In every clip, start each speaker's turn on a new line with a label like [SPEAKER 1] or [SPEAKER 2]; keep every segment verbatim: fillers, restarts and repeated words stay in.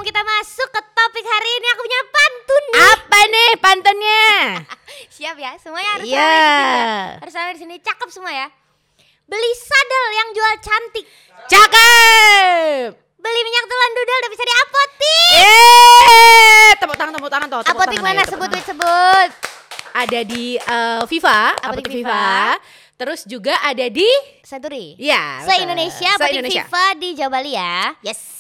[SPEAKER 1] kita masuk ke topik hari ini, aku punya pantun nih.
[SPEAKER 2] Apa nih pantunnya?
[SPEAKER 1] Siap ya, semuanya harus
[SPEAKER 2] Iya.
[SPEAKER 1] rame di sini ya. Harus rame di sini, cakep semua ya. Beli sadel yang jual cantik.
[SPEAKER 2] Cakep.
[SPEAKER 1] Beli minyak telan dudel udah bisa di apotik.
[SPEAKER 2] Eh, tepuk tangan, tepuk tangan toh. tepuk
[SPEAKER 1] Apotik
[SPEAKER 2] tangan
[SPEAKER 1] mana?
[SPEAKER 2] ayo, tepuk
[SPEAKER 1] Sebut,
[SPEAKER 2] tangan.
[SPEAKER 1] wit, sebut.
[SPEAKER 2] Ada di uh, Viva,
[SPEAKER 1] Apotik
[SPEAKER 2] Apotik
[SPEAKER 1] Viva.
[SPEAKER 2] Viva. Terus juga ada di
[SPEAKER 1] Senturi.
[SPEAKER 2] ya,
[SPEAKER 1] Se-Indonesia, Apotik
[SPEAKER 2] Se-Indonesia.
[SPEAKER 1] Viva di Jawa Bali ya.
[SPEAKER 2] Yes.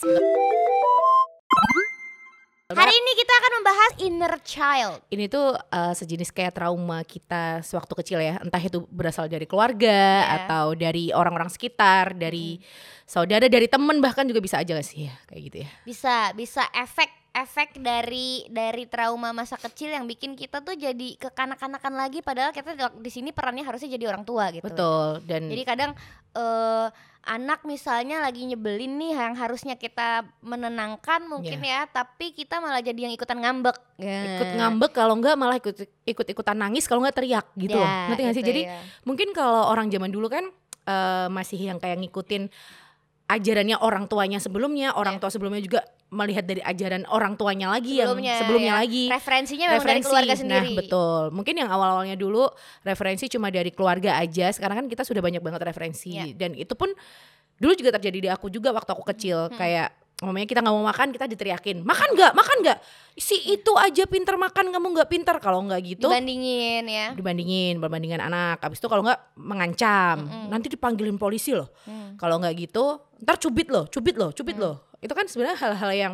[SPEAKER 1] Hari ini kita akan membahas inner child.
[SPEAKER 2] Ini tuh uh, sejenis kayak trauma kita sewaktu kecil ya. Entah itu berasal dari keluarga
[SPEAKER 1] Yeah.
[SPEAKER 2] atau dari orang-orang sekitar, dari saudara, dari temen, bahkan juga bisa aja gak sih ya kayak gitu ya.
[SPEAKER 1] Bisa, bisa efek efek dari dari trauma masa kecil yang bikin kita tuh jadi kekanak-kanakan lagi, padahal kita di sini perannya harusnya jadi orang tua gitu.
[SPEAKER 2] Betul. Dan
[SPEAKER 1] Jadi kadang eh, anak misalnya lagi nyebelin nih yang harusnya kita menenangkan mungkin ya, tapi kita malah jadi yang ikutan ngambek. Ya.
[SPEAKER 2] ikut ngambek, kalau enggak malah ikut ikut-ikutan nangis, kalau enggak teriak gitu
[SPEAKER 1] Ya,
[SPEAKER 2] loh. Ngerti gak sih?
[SPEAKER 1] gitu
[SPEAKER 2] Jadi
[SPEAKER 1] ya.
[SPEAKER 2] mungkin kalau orang zaman dulu kan eh, masih yang kayak ngikutin ajarannya orang tuanya sebelumnya, orang
[SPEAKER 1] Ya.
[SPEAKER 2] tua sebelumnya juga melihat dari ajaran orang tuanya lagi
[SPEAKER 1] Sebelumnya,
[SPEAKER 2] yang sebelumnya
[SPEAKER 1] ya.
[SPEAKER 2] lagi.
[SPEAKER 1] Referensinya memang dari keluarga sendiri.
[SPEAKER 2] Nah betul, mungkin yang awal-awalnya dulu referensi cuma dari keluarga aja. Sekarang kan kita sudah banyak banget referensi.
[SPEAKER 1] Ya.
[SPEAKER 2] Dan itu pun dulu juga terjadi di aku juga waktu aku kecil.
[SPEAKER 1] Hmm.
[SPEAKER 2] Kayak mamanya kita gak mau makan, kita diteriakin, makan gak, makan gak, si itu aja pinter makan, kamu gak pinter. Kalau gak gitu
[SPEAKER 1] Dibandingin ya.
[SPEAKER 2] dibandingin, perbandingan anak. Habis itu kalau nggak mengancam,
[SPEAKER 1] Mm-mm.
[SPEAKER 2] nanti dipanggilin polisi loh.
[SPEAKER 1] Hmm.
[SPEAKER 2] Kalau nggak gitu, ntar cubit loh, cubit loh, cubit loh. Itu kan sebenarnya hal-hal yang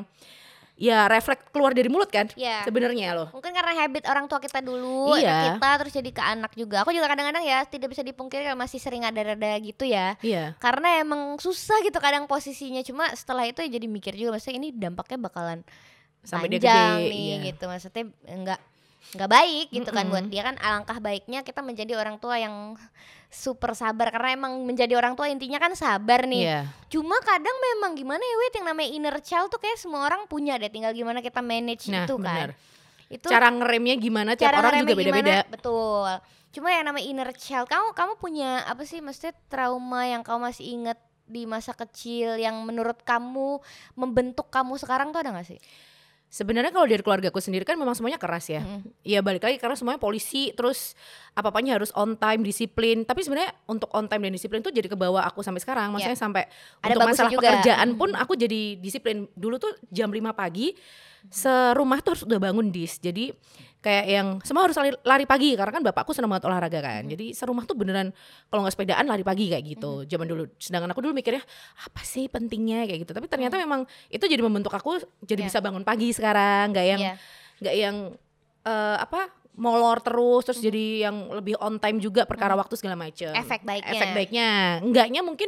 [SPEAKER 2] ya refleks keluar dari mulut kan,
[SPEAKER 1] Iya.
[SPEAKER 2] sebenarnya loh.
[SPEAKER 1] Mungkin karena habit orang tua kita dulu,
[SPEAKER 2] Iya.
[SPEAKER 1] ke kita terus jadi ke anak juga. Aku juga kadang-kadang ya tidak bisa dipungkiri kalau masih sering ada-ada gitu ya.
[SPEAKER 2] Iya.
[SPEAKER 1] Karena emang susah gitu kadang posisinya. Cuma setelah itu ya jadi mikir juga, maksudnya ini dampaknya bakalan
[SPEAKER 2] Sampai dia
[SPEAKER 1] panjang
[SPEAKER 2] gede,
[SPEAKER 1] nih
[SPEAKER 2] iya.
[SPEAKER 1] gitu. Maksudnya enggak enggak baik gitu kan
[SPEAKER 2] Mm-mm.
[SPEAKER 1] buat dia. Kan alangkah baiknya kita menjadi orang tua yang super sabar, karena emang menjadi orang tua intinya kan sabar nih.
[SPEAKER 2] Iya.
[SPEAKER 1] Cuma kadang memang gimana ya Wit, yang namanya inner child tuh kayak semua orang punya deh, tinggal gimana kita manage
[SPEAKER 2] Nah,
[SPEAKER 1] itu
[SPEAKER 2] benar.
[SPEAKER 1] kan. Itu
[SPEAKER 2] Cara ngeremnya gimana tiap orang
[SPEAKER 1] ngeremnya
[SPEAKER 2] juga beda-beda.
[SPEAKER 1] gimana, betul. Cuma yang namanya inner child, kamu kamu punya apa sih, maksudnya trauma yang kamu masih ingat di masa kecil yang menurut kamu membentuk kamu sekarang tuh ada gak sih?
[SPEAKER 2] Sebenarnya kalau dari keluargaku sendiri kan memang semuanya keras ya.
[SPEAKER 1] Mm-mm.
[SPEAKER 2] Ya balik lagi karena semuanya polisi, terus apa-apanya harus on time, disiplin. Tapi sebenarnya untuk on time dan disiplin tuh jadi kebawa aku sampai sekarang. Maksudnya sampai
[SPEAKER 1] Ada
[SPEAKER 2] untuk
[SPEAKER 1] bagusnya
[SPEAKER 2] masalah
[SPEAKER 1] juga.
[SPEAKER 2] pekerjaan pun aku jadi disiplin. Dulu tuh jam lima pagi serumah tuh harus udah bangun dis. Jadi kayak yang semua harus lari, lari pagi karena kan bapakku senang banget olahraga kan. Jadi serumah tuh beneran kalau nggak sepedaan lari pagi kayak gitu. Zaman dulu. Sedangkan aku dulu mikirnya apa sih pentingnya kayak gitu. Tapi ternyata memang itu jadi membentuk aku jadi
[SPEAKER 1] Iya.
[SPEAKER 2] bisa bangun pagi sekarang. Nggak yang
[SPEAKER 1] Iya.
[SPEAKER 2] nggak yang eh, apa molor terus terus jadi yang lebih on time juga perkara waktu segala macam.
[SPEAKER 1] Efek baiknya.
[SPEAKER 2] Efek baiknya. Enggaknya mungkin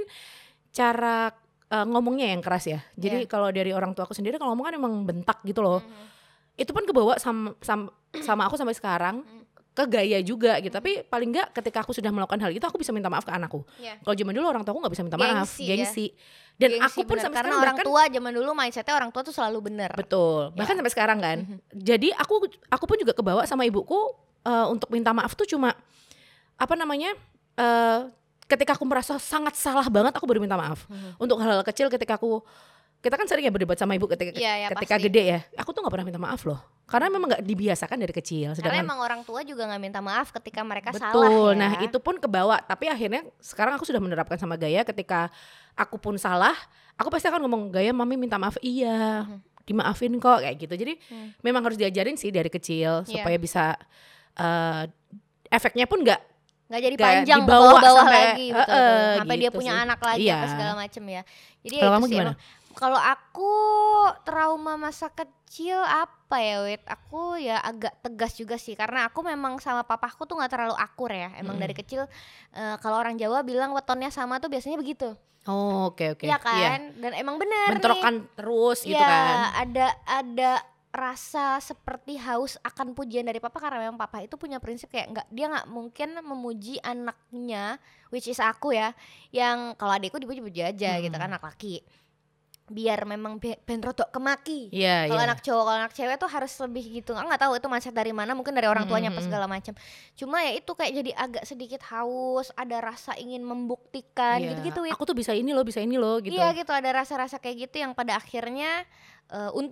[SPEAKER 2] cara eh, ngomongnya yang keras ya. Jadi
[SPEAKER 1] Iya.
[SPEAKER 2] kalau dari orang tua aku sendiri kalau ngomong kan emang bentak gitu loh. Itu pun kebawa sama sama, sama aku sampai sekarang. Ke gaya juga gitu. Tapi paling enggak ketika aku sudah melakukan hal itu aku bisa minta maaf ke anakku.
[SPEAKER 1] Iya.
[SPEAKER 2] Kalau zaman dulu orang tua aku nggak bisa minta maaf,
[SPEAKER 1] Gengsi ya.
[SPEAKER 2] gengsi. Dan
[SPEAKER 1] Gengsi,
[SPEAKER 2] aku pun
[SPEAKER 1] bener.
[SPEAKER 2] sampai
[SPEAKER 1] karena
[SPEAKER 2] sekarang
[SPEAKER 1] orang
[SPEAKER 2] bahkan
[SPEAKER 1] tua zaman dulu mindsetnya orang tua tuh selalu bener.
[SPEAKER 2] betul. Bahkan
[SPEAKER 1] Ya.
[SPEAKER 2] sampai sekarang kan. Jadi aku aku pun juga kebawa sama ibuku eh, untuk minta maaf tuh cuma apa namanya? eh, ketika aku merasa sangat salah banget aku baru minta maaf. Untuk hal-hal kecil ketika aku kita kan sering ya berdebat sama ibu ketika
[SPEAKER 1] Iya, ya,
[SPEAKER 2] ketika
[SPEAKER 1] pasti.
[SPEAKER 2] gede ya. Aku tuh nggak pernah minta maaf loh. Karena memang nggak dibiasakan dari kecil.
[SPEAKER 1] Karena
[SPEAKER 2] Sedangkan
[SPEAKER 1] emang orang tua juga nggak minta maaf ketika mereka
[SPEAKER 2] betul.
[SPEAKER 1] salah ya.
[SPEAKER 2] Nah itu pun kebawa. Tapi akhirnya sekarang aku sudah menerapkan sama Gaya ketika aku pun salah, aku pasti akan ngomong Gaya, mami minta maaf. Iya, dimaafin kok kayak gitu. Jadi
[SPEAKER 1] Hmm.
[SPEAKER 2] memang harus diajarin sih dari kecil
[SPEAKER 1] Iya.
[SPEAKER 2] supaya bisa eh, efeknya pun nggak
[SPEAKER 1] nggak jadi
[SPEAKER 2] Kayak
[SPEAKER 1] panjang ke
[SPEAKER 2] dibawa
[SPEAKER 1] bawah-bawah
[SPEAKER 2] sampai-
[SPEAKER 1] lagi,
[SPEAKER 2] eh,
[SPEAKER 1] betul,
[SPEAKER 2] eh,
[SPEAKER 1] betul. Sampai dia
[SPEAKER 2] gitu
[SPEAKER 1] punya
[SPEAKER 2] sih.
[SPEAKER 1] anak lagi
[SPEAKER 2] Iya.
[SPEAKER 1] apa segala macem ya. Jadi
[SPEAKER 2] Kalau
[SPEAKER 1] ya
[SPEAKER 2] kamu
[SPEAKER 1] itu sih
[SPEAKER 2] gimana?
[SPEAKER 1] emang. Kalau aku trauma masa kecil apa ya Wit? Aku ya agak tegas juga sih, karena aku memang sama papaku tuh nggak terlalu akur ya. Emang
[SPEAKER 2] Mm-mm.
[SPEAKER 1] dari kecil eh, kalau orang Jawa bilang wetonnya sama tuh biasanya begitu.
[SPEAKER 2] Oh oke oke.
[SPEAKER 1] Iya kan? Dan emang bener nih.
[SPEAKER 2] Bentrokan terus gitu
[SPEAKER 1] Iya,
[SPEAKER 2] kan.
[SPEAKER 1] ada ada rasa seperti haus akan pujian dari papa, karena memang papa itu punya prinsip kayak nggak, dia nggak mungkin memuji anaknya, which is aku ya, yang kalau adikku dipuji-puji aja gitu kan, anak laki, biar memang be- ben rodok kemaki.
[SPEAKER 2] Iya
[SPEAKER 1] Kalau
[SPEAKER 2] iya.
[SPEAKER 1] anak cowok, kalau anak cewek tuh harus lebih gitu. Nggak tahu itu mindset dari mana, mungkin dari orang tuanya apa
[SPEAKER 2] Mm-mm.
[SPEAKER 1] segala macam. Cuma ya itu kayak jadi agak sedikit haus, ada rasa ingin membuktikan
[SPEAKER 2] Iya.
[SPEAKER 1] gitu-gitu. Wit.
[SPEAKER 2] Aku tuh bisa ini loh, bisa ini loh gitu.
[SPEAKER 1] Iya gitu, ada rasa-rasa kayak gitu yang pada akhirnya uh, untung